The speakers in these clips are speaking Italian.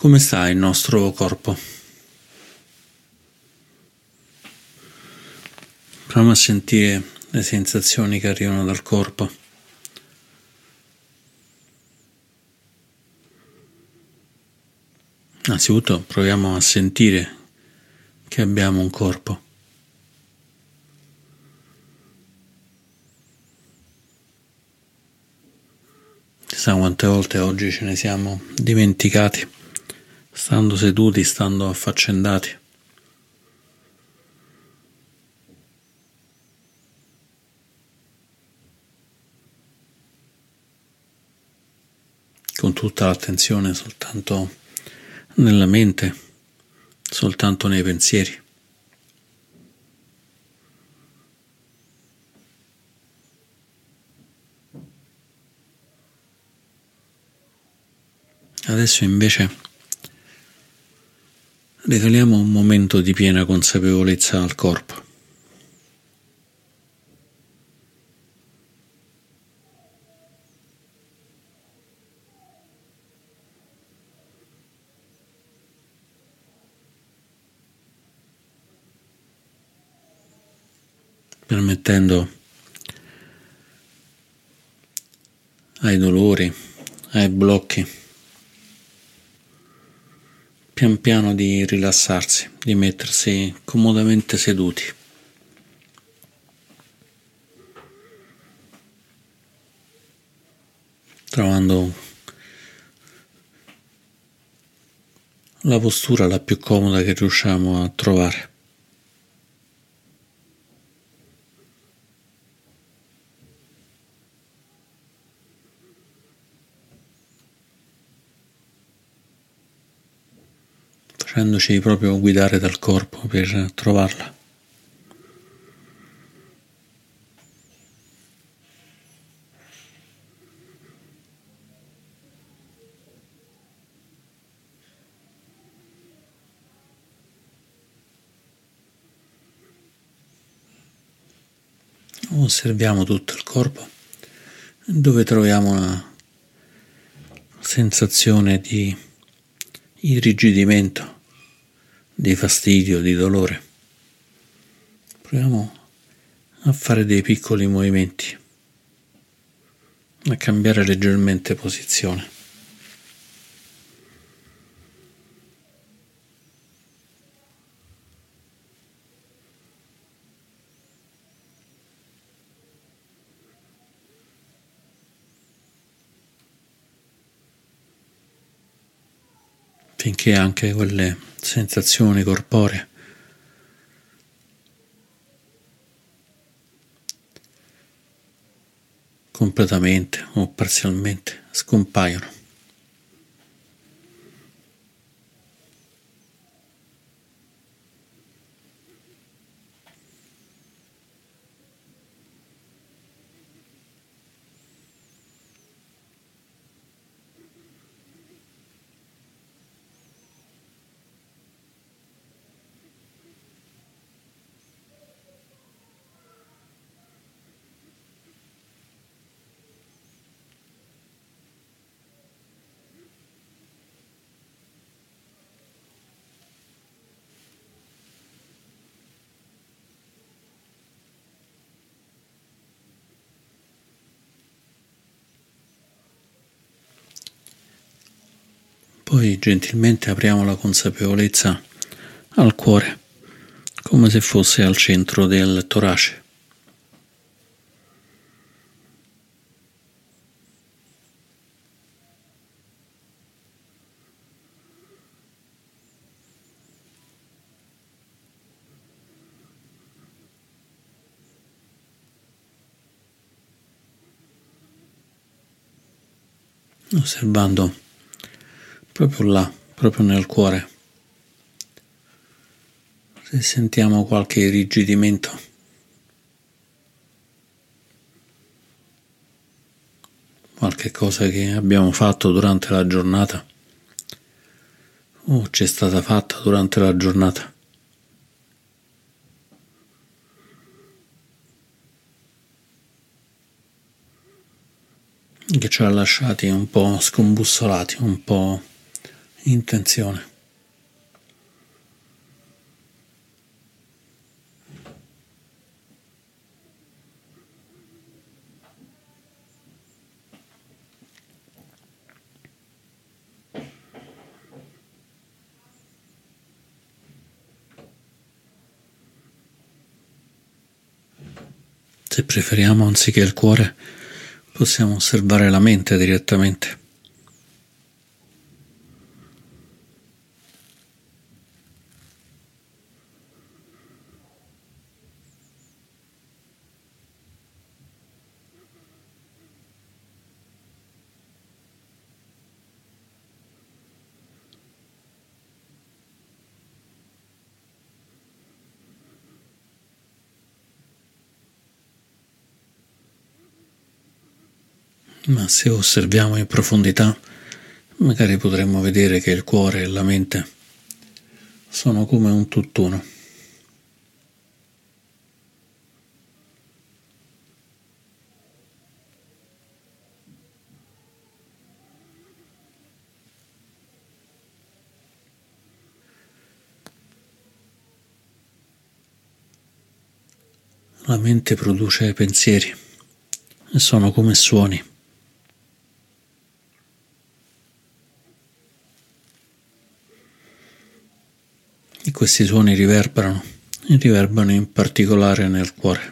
Come sta il nostro corpo? Proviamo a sentire le sensazioni che arrivano dal corpo. Innanzitutto proviamo a sentire che abbiamo un corpo. Chissà quante volte oggi ce ne siamo dimenticati, stando seduti, stando affaccendati. Con tutta l'attenzione soltanto nella mente, soltanto nei pensieri. Adesso invece regaliamo un momento di piena consapevolezza al corpo. Permettendo ai dolori, ai blocchi, pian piano di rilassarsi, di mettersi comodamente seduti. Trovando la postura la più comoda che riusciamo a trovare. Facendoci proprio guidare dal corpo per trovarla. Osserviamo tutto il corpo, dove troviamo una sensazione di irrigidimento, di fastidio, di dolore. Proviamo a fare dei piccoli movimenti, a cambiare leggermente posizione. Finché anche quelle sensazioni corporee completamente o parzialmente scompaiono. Poi gentilmente apriamo la consapevolezza al cuore, come se fosse al centro del torace. Osservando proprio là, proprio nel cuore, se sentiamo qualche irrigidimento, qualche cosa che abbiamo fatto durante la giornata o ci è stata fatta durante la giornata. Che ci ha lasciati un po' scombussolati, un po' intenzione. Se preferiamo, anziché il cuore, possiamo osservare la mente direttamente. Ma se osserviamo in profondità, magari potremmo vedere che il cuore e la mente sono come un tutt'uno. La mente produce pensieri e sono come suoni. E questi suoni riverberano, e riverberano in particolare nel cuore.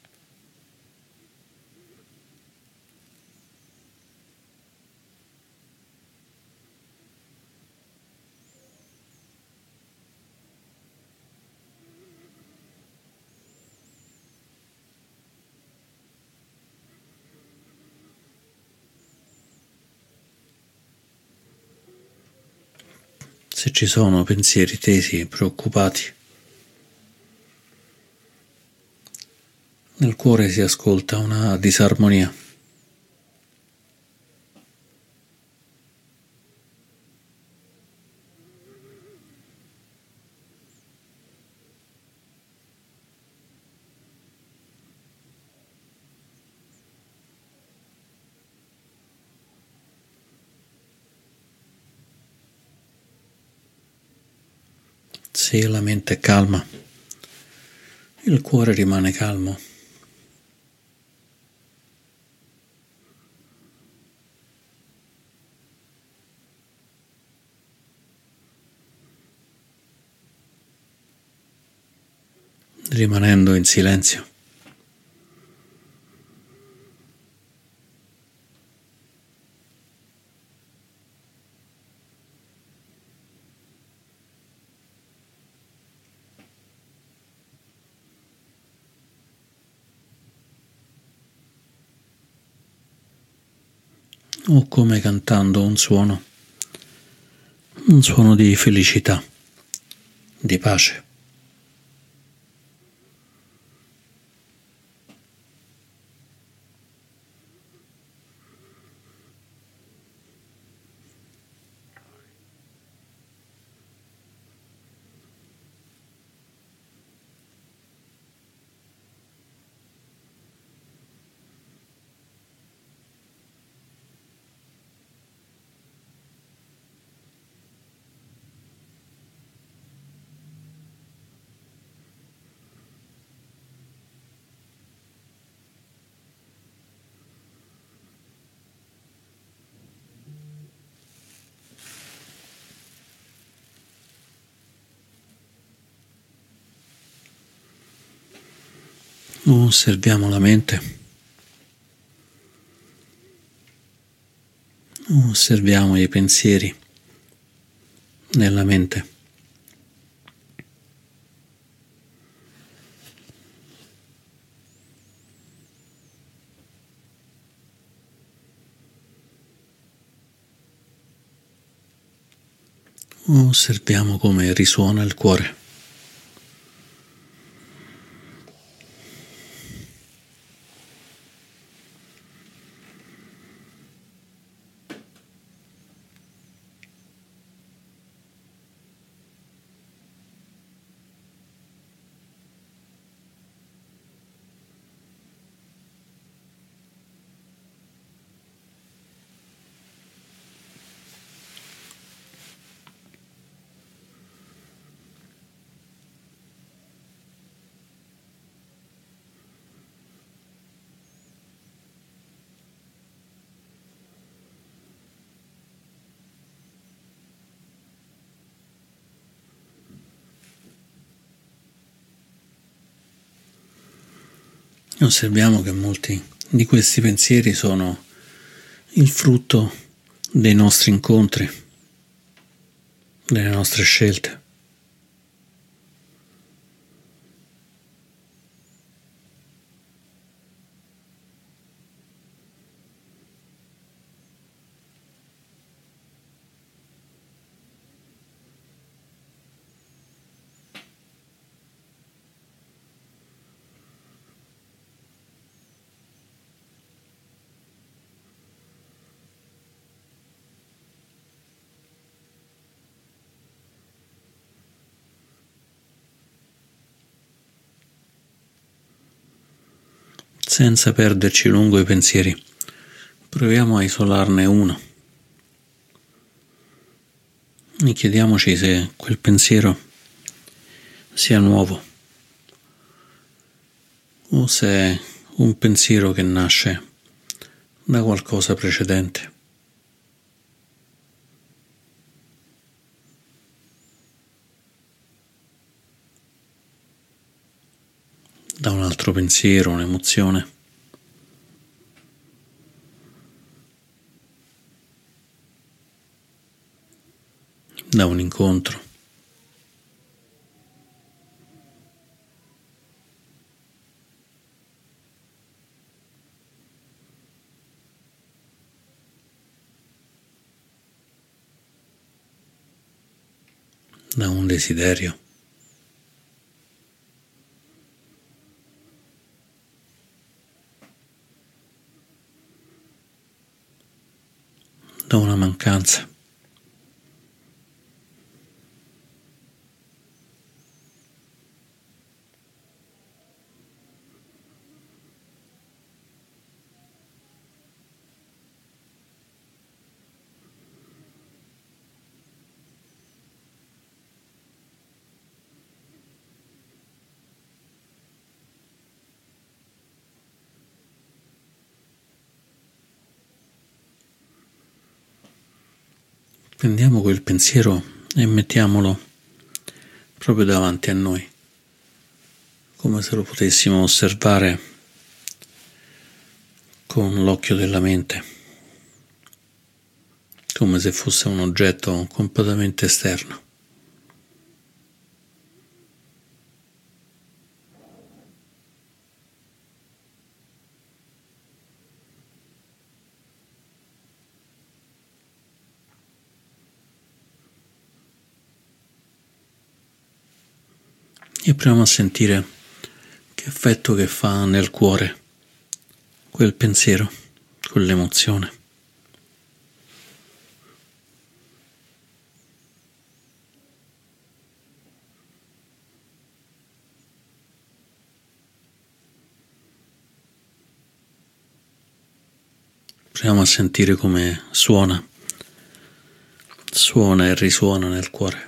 Se ci sono pensieri tesi e preoccupati, nel cuore si ascolta una disarmonia. Se la mente è calma, il cuore rimane calmo. Rimanendo in silenzio. O come cantando un suono di felicità, di pace. Osserviamo la mente, osserviamo i pensieri nella mente. Osserviamo come risuona il cuore. osserviamo che molti di questi pensieri sono il frutto dei nostri incontri, delle nostre scelte. Senza perderci lungo i pensieri, proviamo a isolarne uno e chiediamoci se quel pensiero sia nuovo o se è un pensiero che nasce da qualcosa precedente. Da un altro pensiero, un'emozione. Da un incontro. Da un desiderio. Da una mancanza. Prendiamo quel pensiero e mettiamolo proprio davanti a noi, come se lo potessimo osservare con l'occhio della mente, come se fosse un oggetto completamente esterno. E proviamo a sentire che effetto che fa nel cuore quel pensiero, quell'emozione. Proviamo a sentire come suona e risuona nel cuore.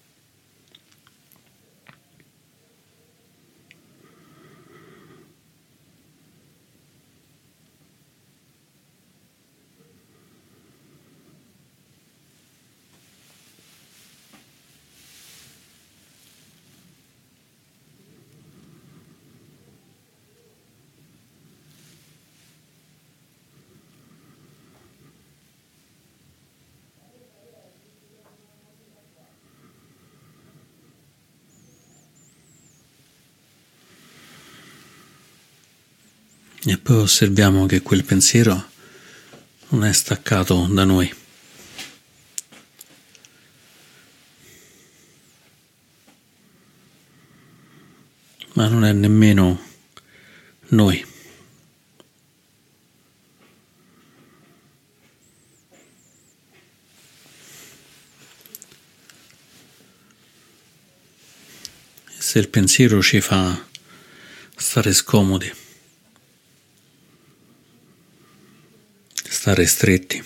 E poi osserviamo che quel pensiero non è staccato da noi. Ma non è nemmeno noi. E se il pensiero ci fa stare scomodi, stare stretti,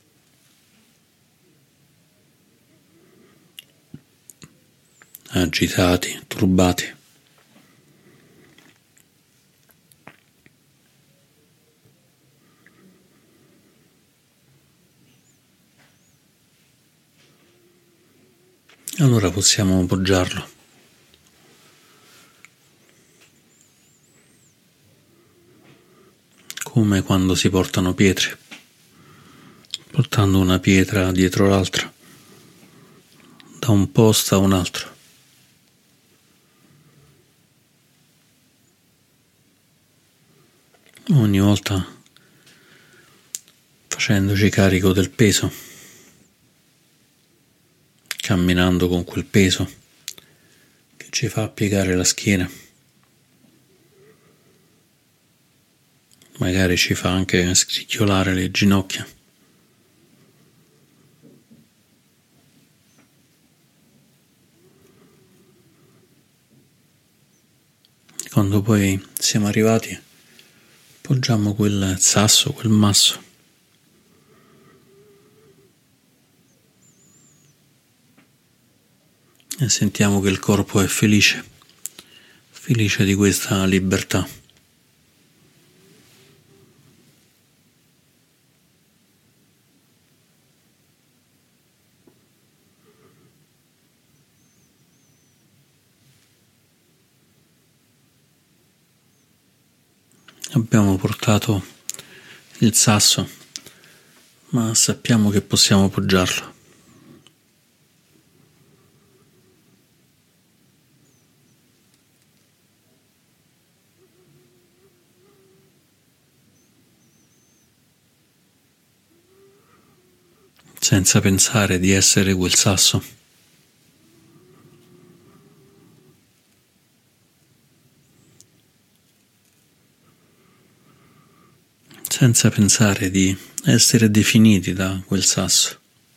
agitati, turbati, allora possiamo poggiarlo come quando si portano pietre, portando una pietra dietro l'altra, da un posto a un altro. Ogni volta facendoci carico del peso, camminando con quel peso che ci fa piegare la schiena, magari ci fa anche scricchiolare le ginocchia. Quando poi siamo arrivati, poggiamo quel sasso, quel masso. E sentiamo che il corpo è felice di questa libertà. Abbiamo portato il sasso, ma sappiamo che possiamo poggiarlo. Senza pensare di essere quel sasso. Senza pensare di essere definiti da quel sasso.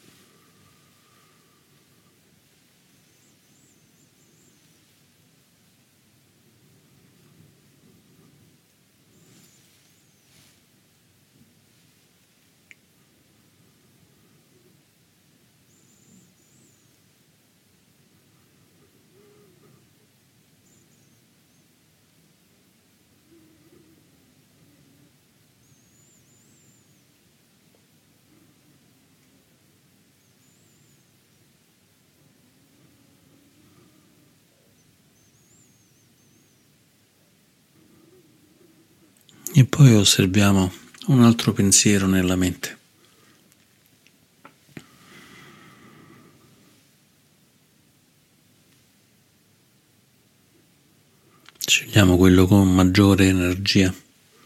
E poi osserviamo un altro pensiero nella mente. Scegliamo quello con maggiore energia.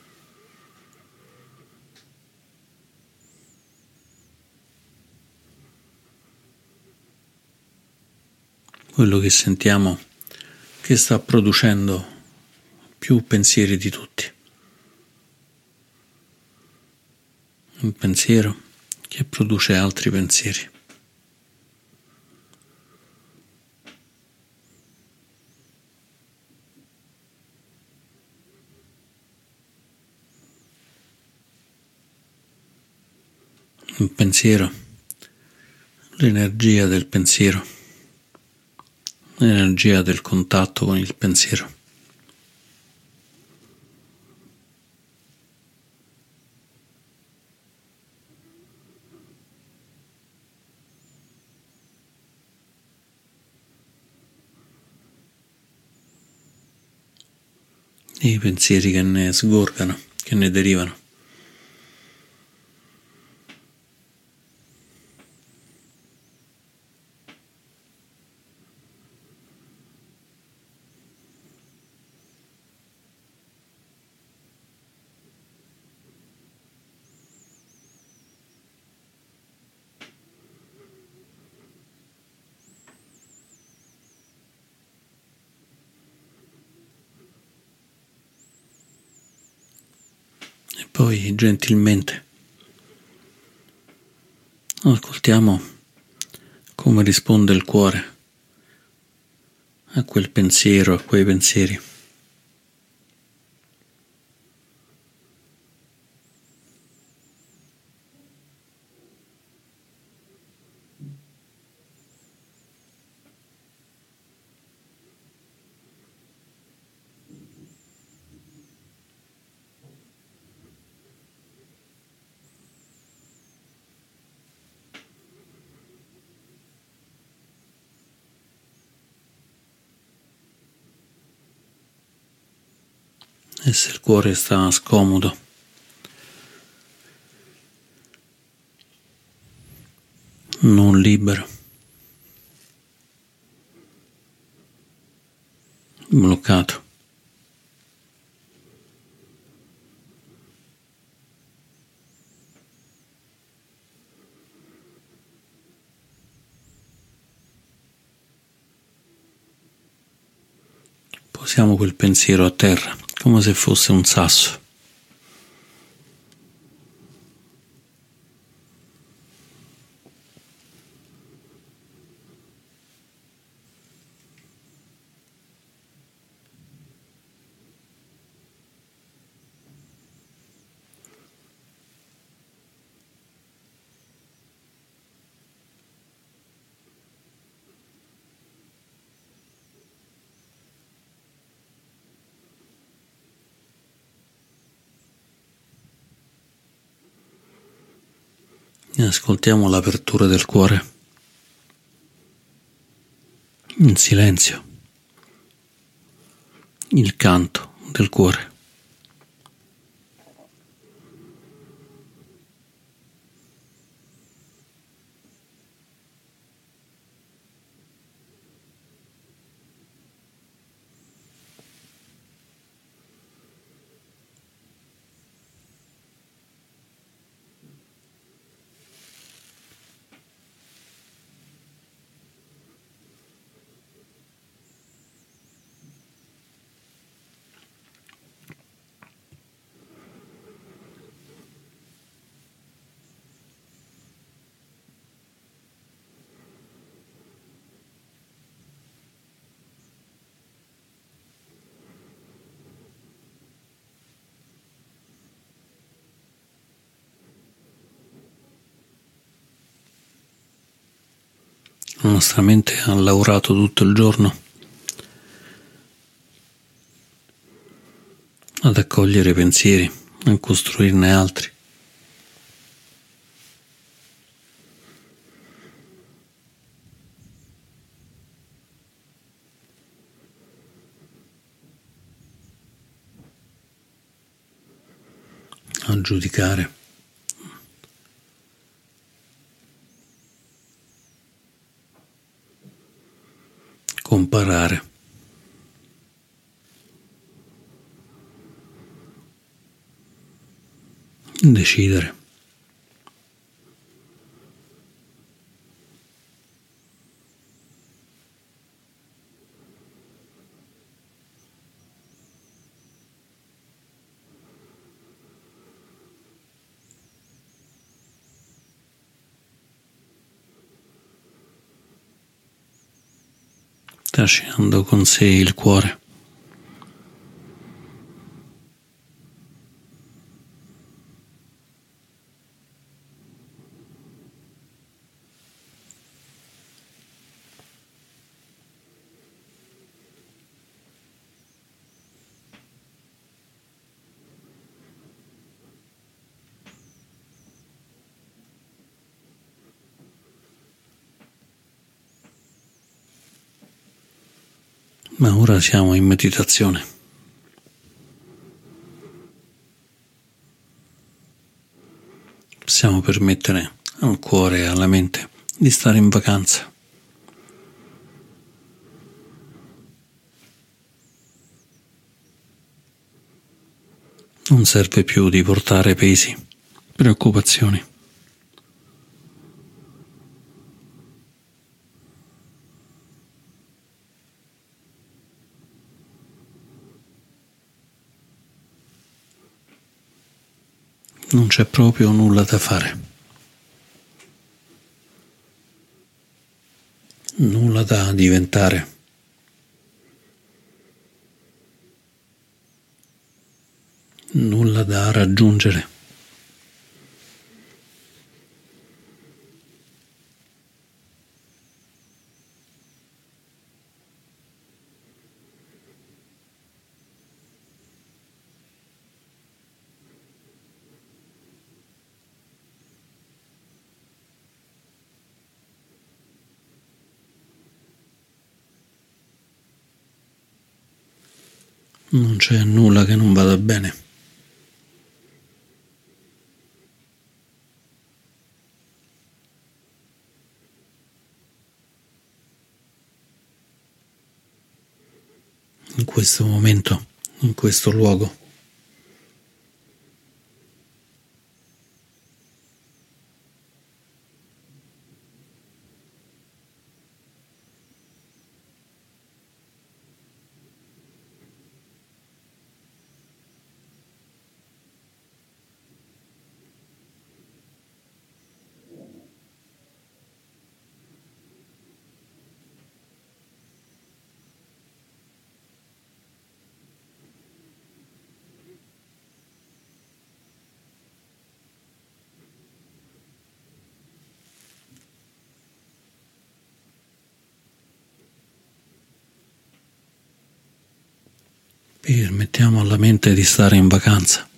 Quello che sentiamo che sta producendo più pensieri di tutti. Un pensiero che produce altri pensieri. Un pensiero, l'energia del pensiero, l'energia del contatto con il pensiero. E i pensieri che ne sgorgano, che ne derivano. E poi gentilmente ascoltiamo come risponde il cuore a quel pensiero, a quei pensieri. E se il cuore sta scomodo, non libero, bloccato. Posiamo quel pensiero a terra, come se fosse un sasso. E ascoltiamo l'apertura del cuore in silenzio, il canto del cuore. La nostra mente ha lavorato tutto il giorno ad accogliere pensieri, a costruirne altri. A giudicare. Comparare. Decidere. Trascinando con sé il cuore. Ma ora siamo in meditazione. Possiamo permettere al cuore e alla mente di stare in vacanza. Non serve più di portare pesi, preoccupazioni. Non c'è proprio nulla da fare. Nulla da diventare. Nulla da raggiungere. Non c'è nulla che non vada bene. questo momento, in questo luogo. Permettiamo alla mente di stare in vacanza,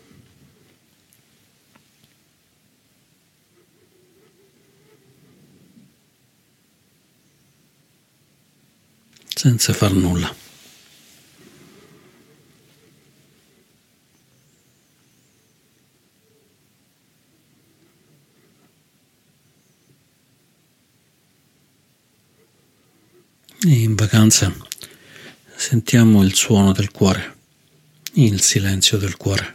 senza far nulla. E in vacanza sentiamo il suono del cuore, il silenzio del cuore.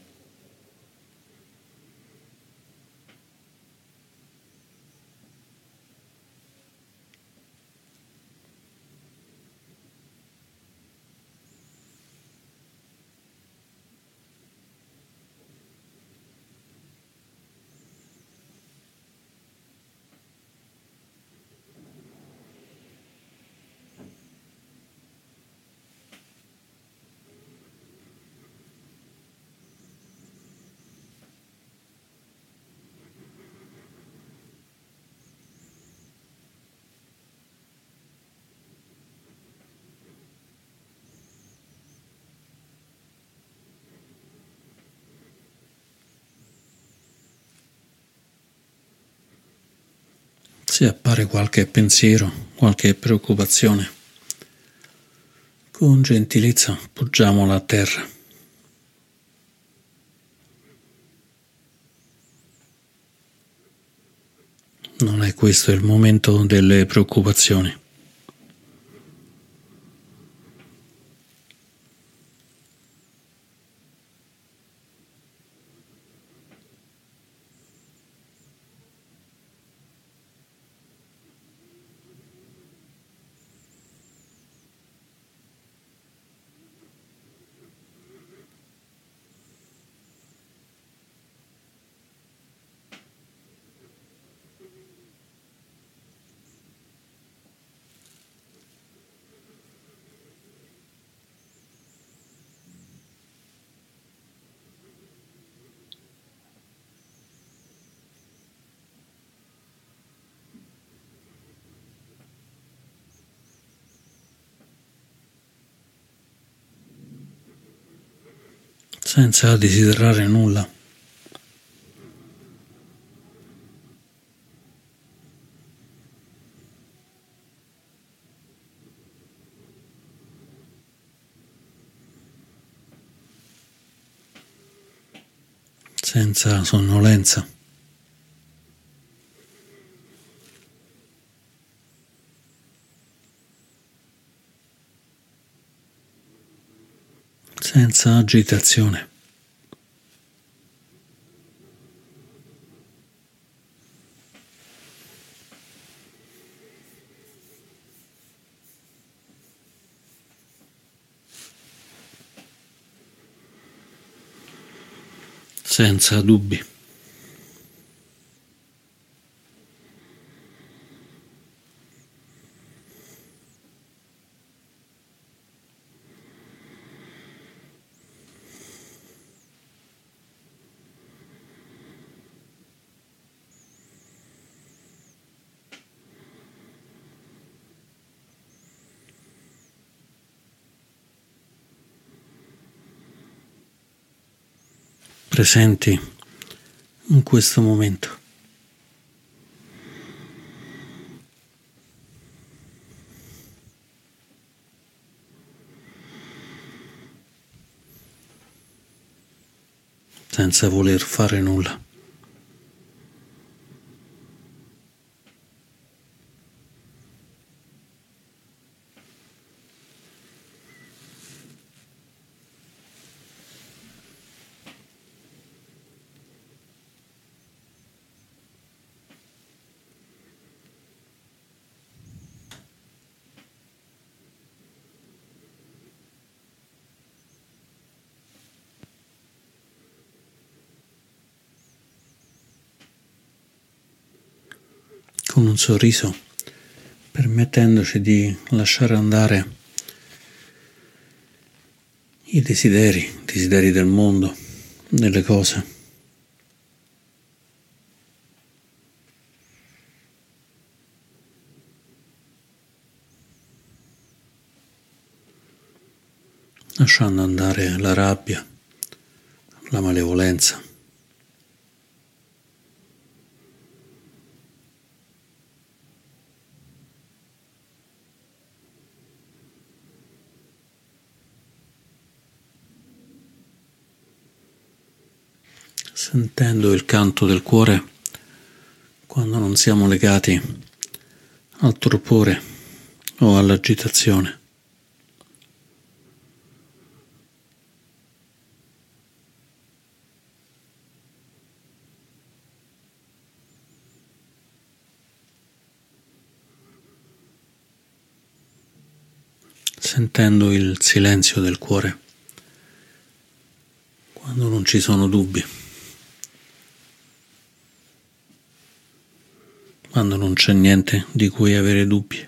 Se appare qualche pensiero, qualche preoccupazione, con gentilezza poggiamola a terra. Non è questo il momento delle preoccupazioni. Senza desiderare nulla. Senza sonnolenza. Senza agitazione. Senza dubbi. Presenti in questo momento. Senza voler fare nulla. con un sorriso, permettendoci di lasciare andare i desideri del mondo, delle cose. Lasciando andare la rabbia, la malevolenza. Sentendo il canto del cuore quando non siamo legati al torpore o all'agitazione. Sentendo il silenzio del cuore quando non ci sono dubbi, quando non c'è niente di cui avere dubbi.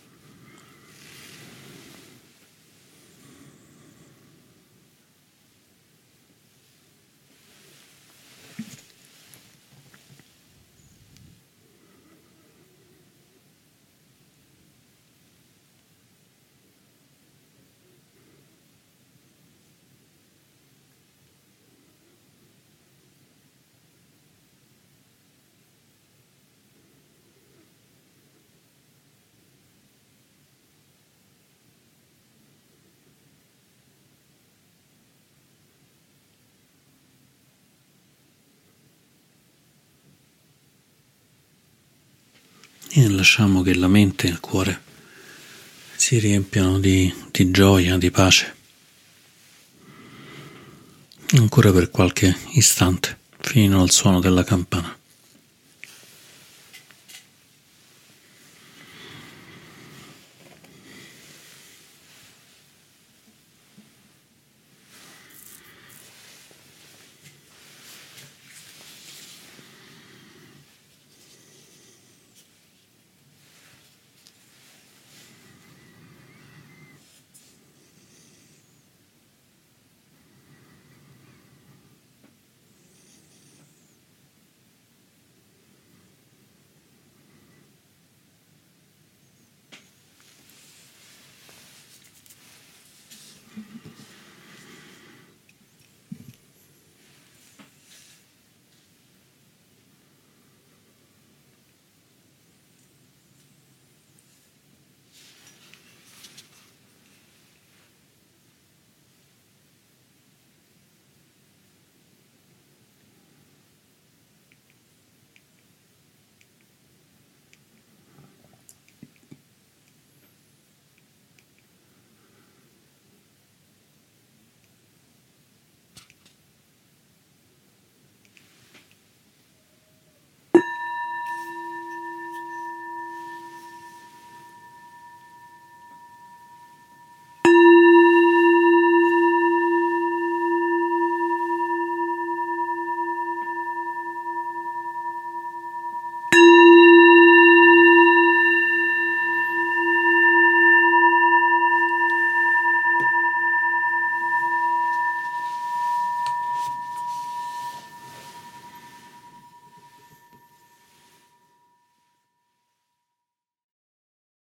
E lasciamo che la mente e il cuore si riempiano di gioia, di pace, ancora per qualche istante, fino al suono della campana.